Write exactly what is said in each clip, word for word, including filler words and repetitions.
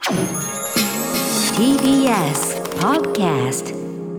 ティービーエス Podcast。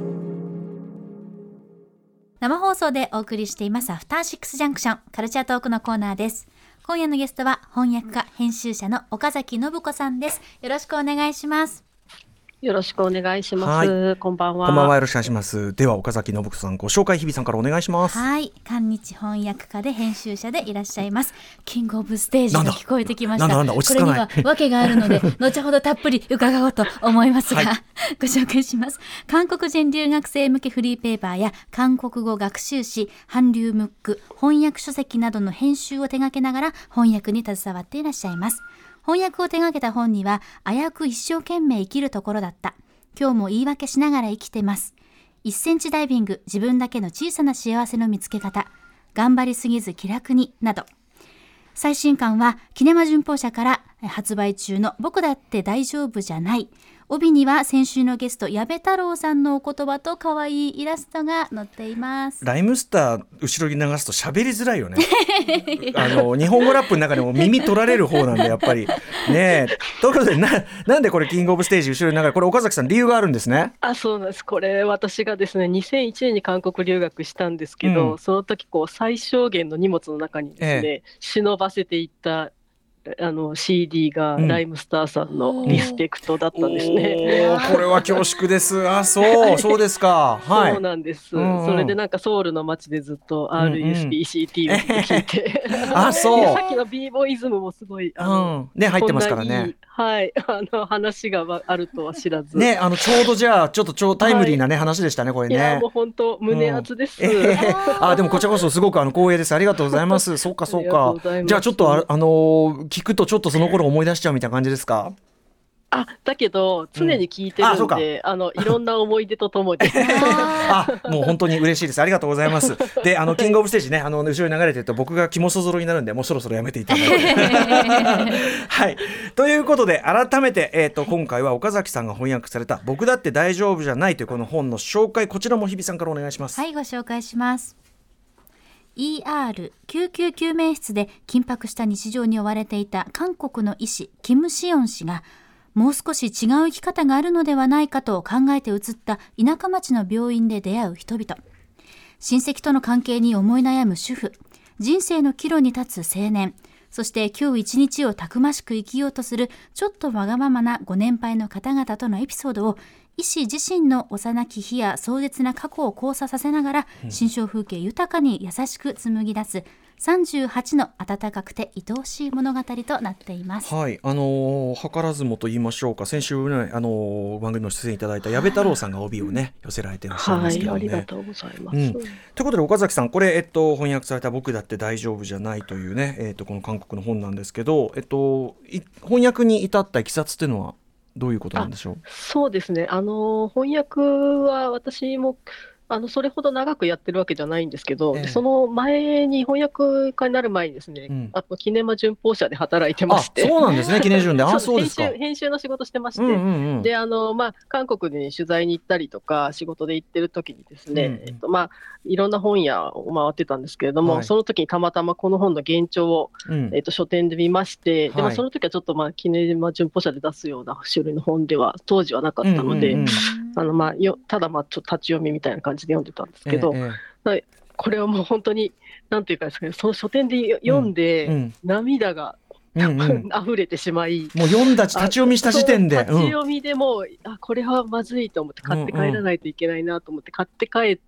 生放送でお送りしていますアフターシックスジャンクションカルチャートークのコーナーです。今夜のゲストは翻訳家編集者の岡崎信子さんです。よろしくお願いします。 よろしくお願いします。はい、こんばんは。 こんばんは、よろしくお願いします。では岡崎信子さん、ご紹介日比さんからお願いします。 はい、韓日翻訳家で編集者でいらっしゃいますキングオブステージが聞こえてきました。 なんだなんだ、落ち着かない。 これには訳があるので後ほどたっぷり伺おうと思いますが、はい、ご紹介します。韓国人留学生向けフリーペーパーや韓国語学習誌、韓流ムック、翻訳書籍などの編集を手掛けながら翻訳に携わっていらっしゃいます。翻訳を手掛けた本には、危うく一生懸命生きるところだった、今日も言い訳しながら生きてます、いっセンチダイビング、自分だけの小さな幸せの見つけ方、頑張りすぎず気楽になど。最新刊はキネマ旬報社から発売中の僕だって大丈夫じゃない。帯には先週のゲスト矢部太郎さんのお言葉と可愛いイラストが載っています。 ライムスター後ろに流すと喋りづらいよねあの日本語ラップの中でも耳取られる方なんでやっぱりねえ。ということで な, なんでこれキングオブステージ後ろに流れ、これ岡崎さん理由があるんですね。 あ、そうなんです。これ私がですねにせんいちねんに韓国留学したんですけど、うん、その時こう最小限の荷物の中にですね、ええ、忍ばせていったあの シーディー がライムスターさんのリスペクトだったんですね、 うん、これは恐縮です。あ、そうそうですか、はい、 そうなんです、うんうん、それでなんかソウルの街でずっと アールイーエスピーシーティー を聞いて、うんうん、あ、そうさっきの b ボーイズムもすごいあの、 うんね、入ってますからね。 はい、あの話があるとは知らず、 ね、あのちょうどじゃあちょっと超タイムリーな、ね、はい、話でしたねこれね。 いやもう本当胸熱です、うんえー、あでもこちらこそすごくあの光栄です。ありがとうございます。そうかそうか。じゃあちょっと あ、あのー、聞くとちょっとその頃思い出しちゃうみたいな感じですか。 あ、だけど常に聞いてるんで、うん、あ, あのいろんな思い出とともにあ、もう本当に嬉しいです。ありがとうございます。で、あのキングオブステージね、あの後ろに流れてると僕が肝そぞろになるんで、もうそろそろやめていただいてはい、ということで改めて、えー、と今回は岡崎さんが翻訳された僕だって大丈夫じゃないというこの本の紹介、こちらも日比さんからお願いします。 はい、ご紹介します。イーアール 救急救命室で緊迫した日常に追われていた韓国の医師キム・シヨン氏が、もう少し違う生き方があるのではないかと考えて移った田舎町の病院で出会う人々、親戚との関係に思い悩む主婦、人生の岐路に立つ青年、そして今日一日をたくましく生きようとするちょっとわがままなご年配の方々とのエピソードを、医師自身の幼き日や壮絶な過去を交差させながら、心象風景豊かに優しく紡ぎ出すさんじゅうはちの温かくて愛おしい物語となっています。 はい、あのー、図らずもと言いましょうか、先週、ね、あのー、番組の出演いただいた矢部太郎さんが帯をね寄せられていらっしゃいますけどね、 はい、ありがとうございます、 うん、ということで岡崎さん、これ、えっと、翻訳された僕だって大丈夫じゃないというね、えっと、この韓国の本なんですけど、えっと、翻訳に至ったいきさつっていうのはどういうことなんでしょう。 そうですね、あの翻訳は私もあのそれほど長くやってるわけじゃないんですけど、ええ、その前に翻訳家になる前にですね、うん、あとキネマ旬報社で働いてまして。 あ、そうなんですね、キネ旬で。あ、そうですか。 編集、編集の仕事してまして、 うんうんうん、 であの、まあ、韓国に取材に行ったりとか仕事で行ってる時にですね、うんうん、えっとまあ、いろんな本屋を回ってたんですけれども、はい、その時にたまたまこの本の原著を、うん、えっと、書店で見まして、でまあ、その時はちょっと、まあ、キネマ旬報社で出すような種類の本では当時はなかったので、うんうんうん、あのまあ、よただまあちょっと立ち読みみたいな感じで読んでたんですけど、ええ、これはもう本当になんていうかですね、その書店で読んで、うんうん、涙が、うんうん、溢れてしまい、 もう読んだ立ち読みした時点で立ち読みでもう、あ、これはまずいと思って買って帰らないといけないなと思って買って帰って、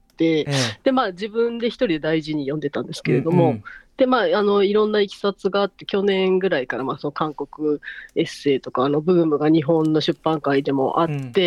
うんうん、でまあ、自分で一人で大事に読んでたんですけれども、うんうん、でまあ、あのいろんないきさつがあって、去年ぐらいから、まあ、その韓国エッセイとかあのブームが日本の出版界でもあって、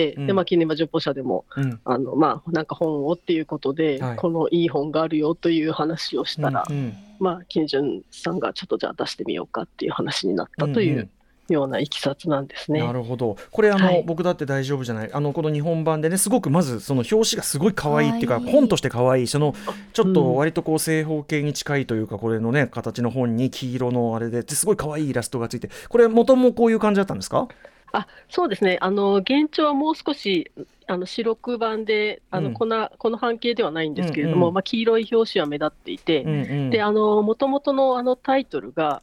うんうん、でまあ、キネマ旬報社でも、うん、あのまあ、なんか本をっていうことで、はい、このいい本があるよという話をしたら、うんうん、まあ、キネジュンさんがちょっとじゃあ出してみようかっていう話になったという、うんうん、ようないきさつなんですね。 なるほど。これあの、はい、僕だって大丈夫じゃない、あのこの日本版でね、すごくまずその表紙がすごい可愛いっていうか、本として可愛い、そのちょっと割とこう正方形に近いというか、これのね形の本に黄色のあれですごい可愛いイラストがついて、これ元もこういう感じだったんですか。 あ、そうですね、あの原著はもう少しあの白黒であの、うん、このこの半径ではないんですけれども、うんうん、まあ、黄色い表紙は目立っていて、うんうん、であの元々のあのタイトルが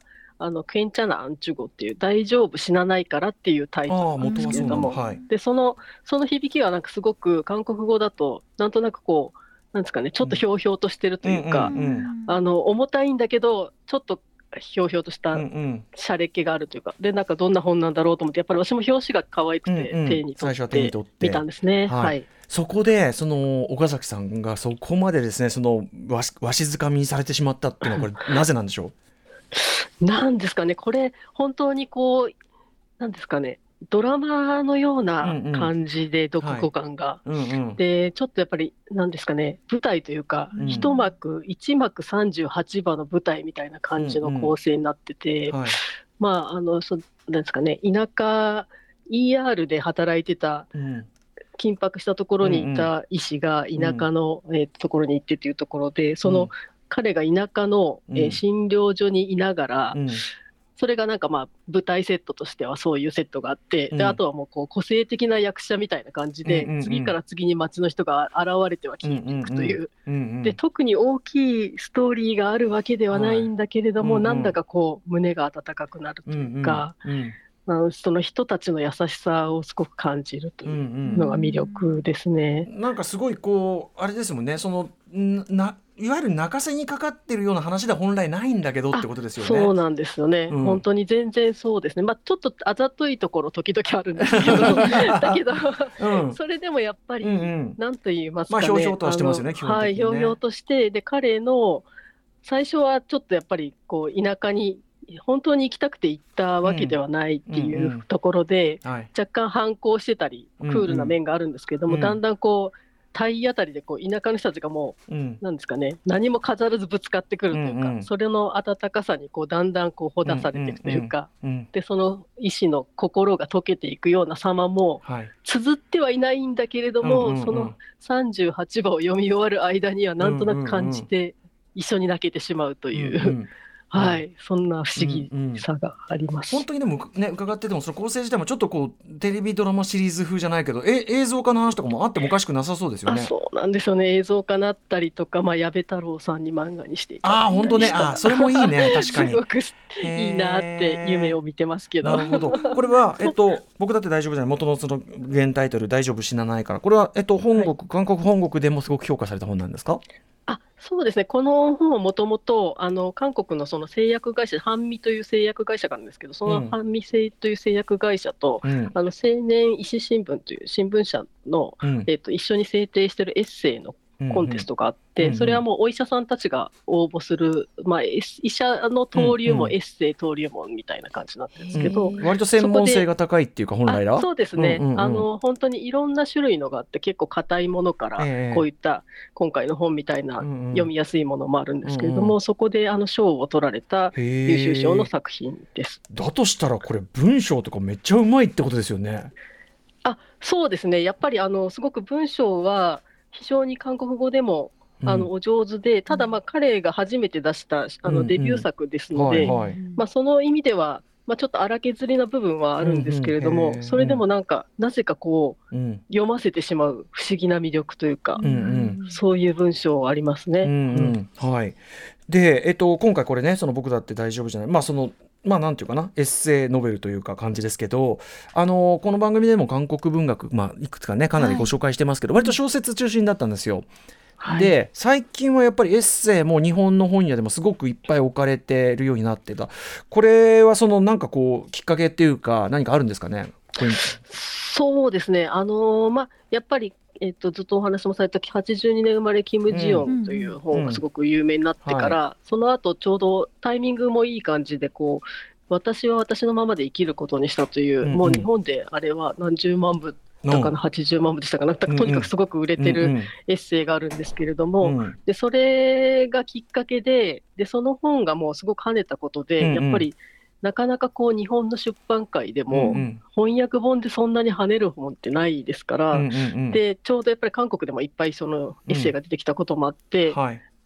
あのケンチャナアンチュゴっていう大丈夫死なないからっていうタイトルなんですけれども、はい、でそのその響きがなんかすごく韓国語だとなんとなくこうなんですかね、ちょっとひょうひょうとしてるというか、うんうんうん、あの重たいんだけどちょっとひょうひょうとしたシャレっ気があるというか、でなんかどんな本なんだろうと思ってやっぱり私も表紙が可愛くて、うんうん、手に取って見たんですね。はいはい、 そこでその岡崎さんがそこまでですねそのわし、わしづかみにされてしまったっていうのはこれなぜなんでしょうなんですかね、これ本当にこうなんですかね、ドラマのような感じで読後感が、うんうんはいうんうん、でちょっとやっぱりなんですかね、舞台というか、うん、一幕一幕さんじゅうはちばの舞台みたいな感じの構成になってて、うんうんはい、まああのそなんですかね、田舎 イーアール で働いてた、うん緊迫したところにいた医師が田舎の、うんえー、ところに行ってというところで、その、うん、彼が田舎の、えー、診療所にいながら、うん、それがなんかまあ舞台セットとしてはそういうセットがあって、うん、であとはもうこう個性的な役者みたいな感じで、うんうんうん、次から次に街の人が現れては消えていくという、うんうんうん、で特に大きいストーリーがあるわけではないんだけれども、はい、なんだかこう胸が温かくなるというか、うんうんうんその人たちの優しさをすごく感じるというのが魅力ですね。 うんうん、なんかすごいこうあれですもんね、そのないわゆる泣かせにかかってるような話では本来ないんだけどってことですよね。 そうなんですよね、うん、本当に全然そうですね、まあ、ちょっとあざといところ時々あるんですけどだけど、うん、それでもやっぱり、うんうん、なんと言いますかね、 まあ、ひょうひょうとはしてますよね、基本的にね。 はい、ひょうひょうとしてで彼の最初はちょっとやっぱりこう田舎に本当に行きたくて行ったわけではないっていうところで、うんうんうん、若干反抗してたりクールな面があるんですけれども、うんうん、だんだんこう体当たりでこう田舎の人たちがもう、うん、なんですかね、何も飾らずぶつかってくるというか、うんうん、それの温かさにこうだんだんこうほだされていくというか、うんうんうん、でその医師の心が溶けていくような様も、はい、綴ってはいないんだけれども、うんうんうん、そのさんじゅうはちばを読み終わる間にはなんとなく感じて一緒に泣けてしまうという、うんうんうんはい、そんな不思議さがあります。 うんうん、本当にでもね伺っててもその構成自体もちょっとこうテレビドラマシリーズ風じゃないけどえ映像化の話とかもあってもおかしくなさそうですよね。 あそうなんですよね、映像化なったりとか、まあ、矢部太郎さんに漫画にしていただいたりあ本当ねあそれもいいね確かにすごくいいなって夢を見てますけど。 なるほどこれは、えっと、僕だって大丈夫じゃない元のその原タイトル大丈夫死なないからこれは、えっと、本国、はい、韓国本国でもすごく評価された本なんですか。 あそうですね、この本はもともと韓国のその製薬会社ハンミという製薬会社があるんですけど、そのハンミ製という製薬会社と、うん、あの青年医師新聞という新聞社の、うんえー、と一緒に制定しているエッセイのコンテストがあって、うんうん、それはもうお医者さんたちが応募する、まあ、医者の登竜門、うんうん、エッセイ登竜門みたいな感じなんですけど、 うん、割と専門性が高いっていうか本来はそうですね、うんうんうん、あの本当にいろんな種類のがあって結構硬いものからこういった今回の本みたいな読みやすいものもあるんですけれども、うんうん、そこであの賞を取られた優秀賞の作品です。 だとしたらこれ文章とかめっちゃうまいってことですよね。 あそうですね、やっぱりあのすごく文章は非常に韓国語でもあのお上手で、ただまあ彼が初めて出したあのデビュー作ですので、まあその意味ではまあちょっと荒削りな部分はあるんですけれども、うんうん、それでもなんかなぜかこう、うん、読ませてしまう不思議な魅力というか、うんうん、そういう文章ありますね。うんうん、はい。で、えっと今回これね、その僕だって大丈夫じゃない、まあそのまあなんていうかなエッセイノベルというか感じですけど、あのこの番組でも韓国文学、まあ、いくつかねかなりご紹介してますけど、はい、割と小説中心だったんですよ。はい、で最近はやっぱりエッセイも日本の本屋でもすごくいっぱい置かれているようになってた。これはそのなんかこうきっかけっていうか何かあるんですかね。 そうですね、あのー、まあやっぱりえっと、ずっとお話もされたはちじゅうにねん生まれキム・ジヨンという本がすごく有名になってから、うんうんはい、その後ちょうどタイミングもいい感じでこう私は私のままで生きることにしたという、うんうん、もう日本であれは何十万部だかなはちじゅうまん部でしたかな、とにかくすごく売れてるエッセイがあるんですけれども、うんうん、でそれがきっかけ で, でその本がもうすごく跳ねたことで、うんうん、やっぱりなかなかこう日本の出版界でも翻訳本でそんなに跳ねる本ってないですから、うんうんうん、でちょうどやっぱり韓国でもいっぱいそのエッセイが出てきたこともあって、うんはい、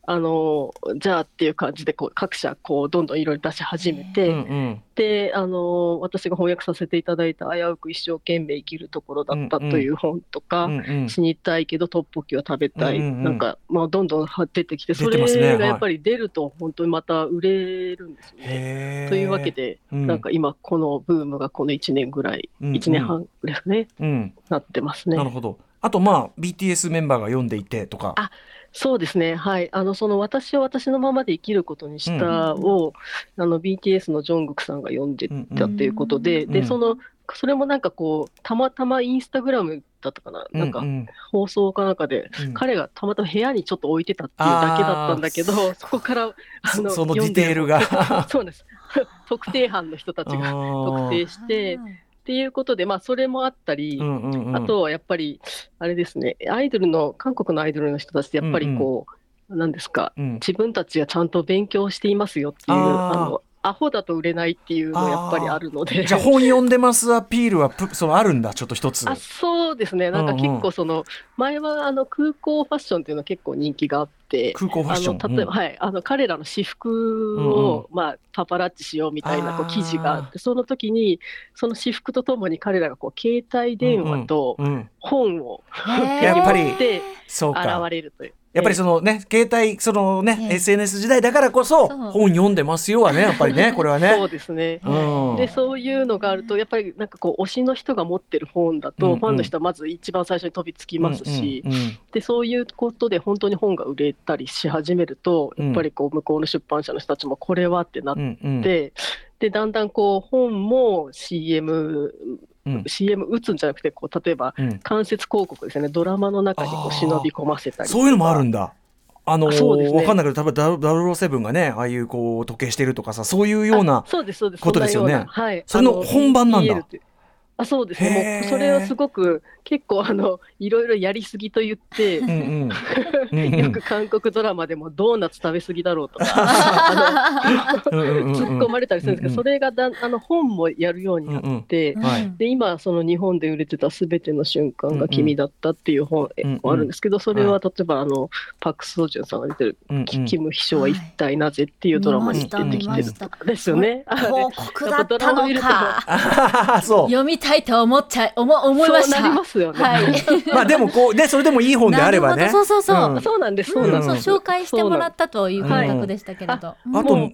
あのじゃあっていう感じでこう各社こうどんどんいろいろ出し始めて、 うんうん、 であの私が翻訳させていただいた危うく一生懸命生きるところだったという本とか、 うんうん、 死にたいけどトッポッキは食べたい、 うんうんうん、 なんか、まあ、どんどん出てきて、それがやっぱり出ると本当にまた売れるんですよね。というわけで、うん、なんか今このブームがこのいちねんぐらい、うんうん、いちねんはんぐらいですね、うん、なってますね。 なるほど。あとまあ ビーティーエス メンバーが読んでいてとか。 あ、そうですね、はい、あのその私を私のままで生きることにしたを、うん、あの ビーティーエス のジョングクさんが読んでたということで、うんうん、でそのそれもなんかこうたまたまインスタグラムだったかな、うんうん、なんか放送かなんかで、うん、彼がたまたま部屋にちょっと置いてたっていうだけだったんだけど、そこからあのそのディテールがそうです特定班の人たちが特定してっていうことで、まあ、それもあったり、うんうんうん、あとはやっぱりあれですね、アイドルの韓国のアイドルの人たちってやっぱりこう、うんうん、なんですか、うん、自分たちがちゃんと勉強していますよっていうあのアホだと売れないっていうのやっぱりあるので、 じゃあ本読んでますアピールはそのあるんだ、ちょっと一つ。 あ、そうですね、なんか結構その、うんうん、前はあの空港ファッションっていうの結構人気があって、 空港ファッション、 あの例えば、うん、はい、あの彼らの私服を、うんうん、まあ、パパラッチしようみたいなこう記事があって、その時にその私服とともに彼らがこう携帯電話と本を、 うんうん、やっぱり現れるという。 やっぱりそのね、携帯そのね、エスエヌエス 時代だからこそ本読んでますよはね、やっぱりね、これはね。 そうですね、うん、でそういうのがあるとやっぱりなんかこう推しの人が持ってる本だと、うんうん、ファンの人はまず一番最初に飛びつきますし、うんうんうん、でそういうことで本当に本が売れたりし始めると、やっぱりこう向こうの出版社の人たちもこれはってなって、うんうん、でだんだんこう本も シーエムうん、シーエム 打つんじゃなくてこう例えば間接広告ですね、うん、ドラマの中にこう忍び込ませたりとか、 そういうのもあるんだ。あのーね、分かんないけど、多分ダブルオーセブンがね、ああいうこう時計してるとかさ、そういうようなことですよね。 はい、 それの本番なんだ。 あ、そうですね、もうそれをすごく結構あのいろいろやりすぎと言ってうんうん、よく韓国ドラマでもドーナツ食べすぎだろうとかあの突っ込まれたりするんですけど、それがだあの本もやるようになって、うんうんはい、で今その日本で売れてたすべての瞬間が君だったっていう本もあるんですけど、それは例えばあのパク・ソジュンさんが出てる、うんうん、キム秘書は一体なぜっていうドラマに出てきてるとかですよね。 広告だったのかそう読みたいと思っちゃ思思いました。 そうなりますよね。 はい、 まあでもこうね、それでもいい本であればね。 そうそうそう、 うん、そうなんです。そうなんです。 紹介してもらったという感覚でしたけれど。 うん、あ, あと、うんうんうん、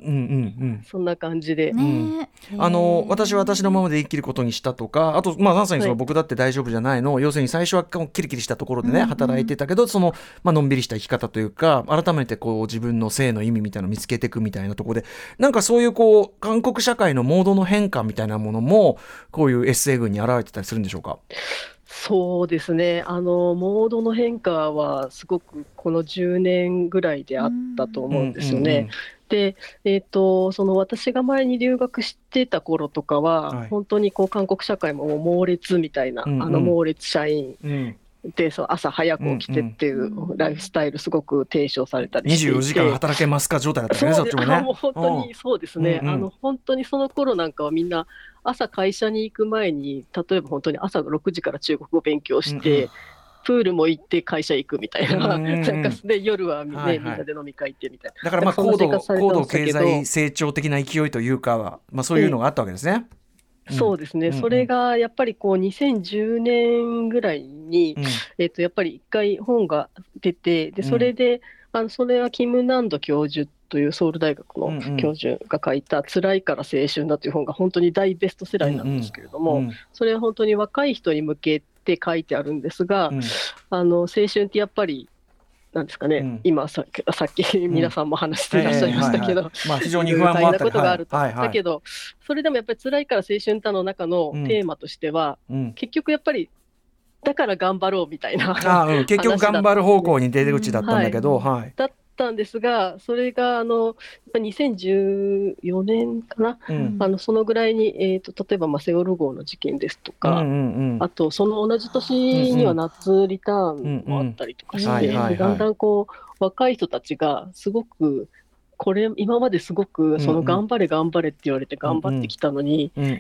そんな感じで。 ね、 うん、あの私は私のままで生きることにしたとか、あとまあまさにその僕だって大丈夫じゃないの、はい、要するに最初はキリキリしたところでね、うんうん、働いてたけど、そのまあのんびりした生き方というか、改めてこう自分の性の意味みたいなのを見つけていくみたいなところで、なんかそういうこう韓国社会のモードの変化みたいなものもこういうエッセイ群に現れてたりするんでしょうか。 そうですね、あのモードの変化はすごくこのじゅうねんぐらいであったと思うんですよね。うんうんうん、で、えーと、その私が前に留学してた頃とかは、はい、本当にこう韓国社会も猛烈みたいな、うんうん、あの猛烈社員、うんでそう朝早く起きてっていうライフスタイルすごく提唱されたりしていて、にじゅうよじかん働けますか状態だったね、そっちもね。もう本当にそうですね、うんうん、あの本当にその頃なんかはみんな朝会社に行く前に例えば本当に朝ろくじから中国語勉強して、うんうん、プールも行って会社行くみたいな、うんうん、なんかで夜は、ねはいはい、みんなで飲み会行ってみたいな。 だからまあ高度、高度経済成長的な勢いというか、まあ、そういうのがあったわけですね。 うん、そうですね、うんうん、それがやっぱりこうにせんじゅうねんぐらいに、うんえー、とやっぱり一回本が出て、でそれで、うん、あのそれはキム・ナンド教授というソウル大学の教授が書いた辛いから青春だという本が本当に大ベストセラーなんですけれども、うんうん、それは本当に若い人に向けて書いてあるんですが、うん、あの青春ってやっぱりなんですかね、うん、今さっき、さっき皆さんも話していらっしゃいましたけど、 非常に不安もあったり、 大変なことがあると、はいはいはい、だけどそれでもやっぱり辛いから青春歌の中のテーマとしては、うん、結局やっぱりだから頑張ろうみたいなあ、うん、結局頑張る方向に出口だったんだけど、はいはい、 だったんですが、それがあのにせんじゅうよねんかな、うん、あのそのぐらいに、えー、と例えばまあセオル号の事件ですとか、うんうんうん、あとその同じ年には夏リターンもあったりとかして、うんうん、だんだんこう若い人たちがすごくこれ今まですごくその頑張れ頑張れって言われて頑張ってきたのに、うんうん、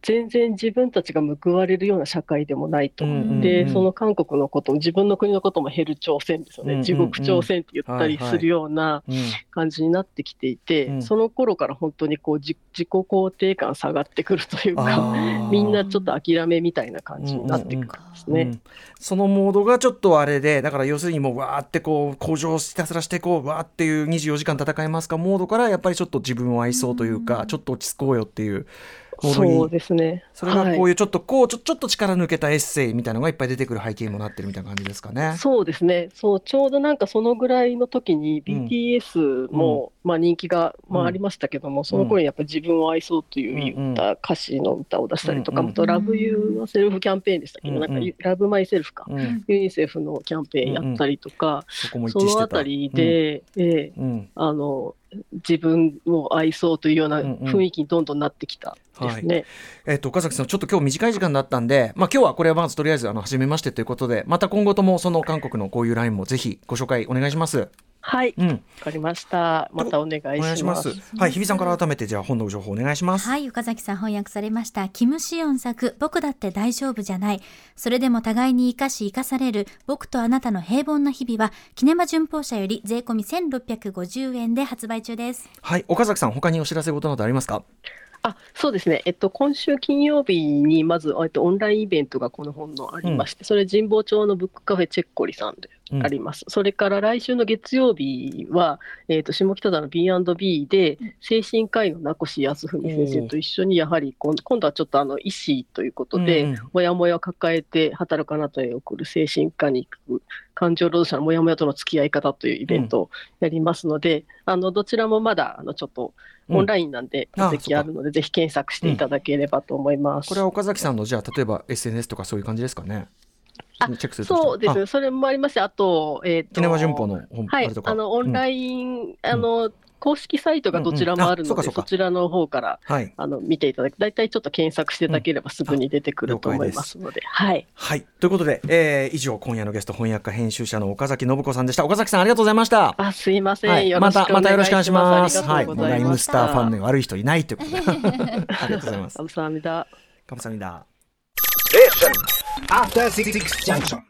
全然自分たちが報われるような社会でもないと、 うんうんうん、 でその韓国のことも自分の国のこともヘル朝鮮ですよね、うんうんうん、地獄朝鮮って言ったりするような感じになってきていて、はいはい、その頃から本当にこう自己肯定感下がってくるというか、みんなちょっと諦めみたいな感じになってくるんですね、うんうんうん、 そのモードがちょっとあれで、だから要するにもうわーってこう向上ひたすらしてこうわーっていうにじゅうよじかん戦えますかモードから、やっぱりちょっと自分を愛そうというか、うん、ちょっと落ち着こうよっていうモードに、 そうですね、 それがこういうちょっとこうちょ、ちょっと力抜けたエッセイみたいなのがいっぱい出てくる背景にもなってるみたいな感じですかね。 そうですね、そうちょうどなんかそのぐらいの時に ビーティーエス も、うんまあ、人気が、まあ、ありましたけども、うん、その頃にやっぱり自分を愛そうという言った歌詞の歌を出したりとか、うんうん、あとラブユーのセルフキャンペーンでしたけど、うんうん、なんかラブマイセルフか、うん、ユニセフのキャンペーンやったりとか、うんうん、そ, こも一致してた、そのあたりで、うんえーうん、あの自分を愛そうというような雰囲気にどんどんなってきたですね、うんうんはいえー、と岡崎さん、ちょっと今日短い時間だったんで、まあ、今日はこれはまずとりあえずあの初めましてということで、また今後ともその韓国のこういうラインもぜひご紹介お願いします。 はい、うん、分かりました。またお願いします。お願いします。 はい、日比さんから改めてじゃあ本の情報お願いします。 はい、岡崎さん翻訳されましたキム・シヨン作僕だって大丈夫じゃない、それでも互いに生かし生かされる僕とあなたの平凡な日々はキネマ旬報社より税込みせんろっぴゃくごじゅうえんで発売中です。 はい、岡崎さん他にお知らせ事などありますか？ あそうですね、えっと、今週金曜日にまず、えっと、オンラインイベントがこの本のありまして、うん、それ神保町のブックカフェチェッコリさんであります、うん、それから来週の月曜日は、えっと、下北沢の ビーアンドビー で精神科医の名越康文先生と一緒にやはり今度はちょっとあの医師ということで、うん、もやもやを抱えて働かなとへ送る精神科に行く感情労働者のもやもやとの付き合い方というイベントをやりますので、うん、あのどちらもまだあのちょっとオンラインなんでお席あるので、うん、ぜひ検索していただければと思います、うん、 これは岡崎さんのじゃあ例えば エスエヌエス とかそういう感じですかね。 あチェックするとそうですね、それもありまして、あと、えー、とキネマ旬報の本、 はい、 あれとかあのオンライン、うん、あの公式サイトがどちらもあるので、うんうん、そ, そちらの方から、はい、あの見ていただき、だいたいちょっと検索していただければすぐに出てくると思いますので、うんはい、 はい、ということで、えー、以上今夜のゲスト翻訳家編集者の岡崎信子さんでした。岡崎さんありがとうございました。 あすいません、はい、 よろしくお願いします。またまたよろしくお願いします。はい、もうライムスターファンの悪い人いないということでありがとうございます。 감사합니다。 감사합니다。 After Six Junction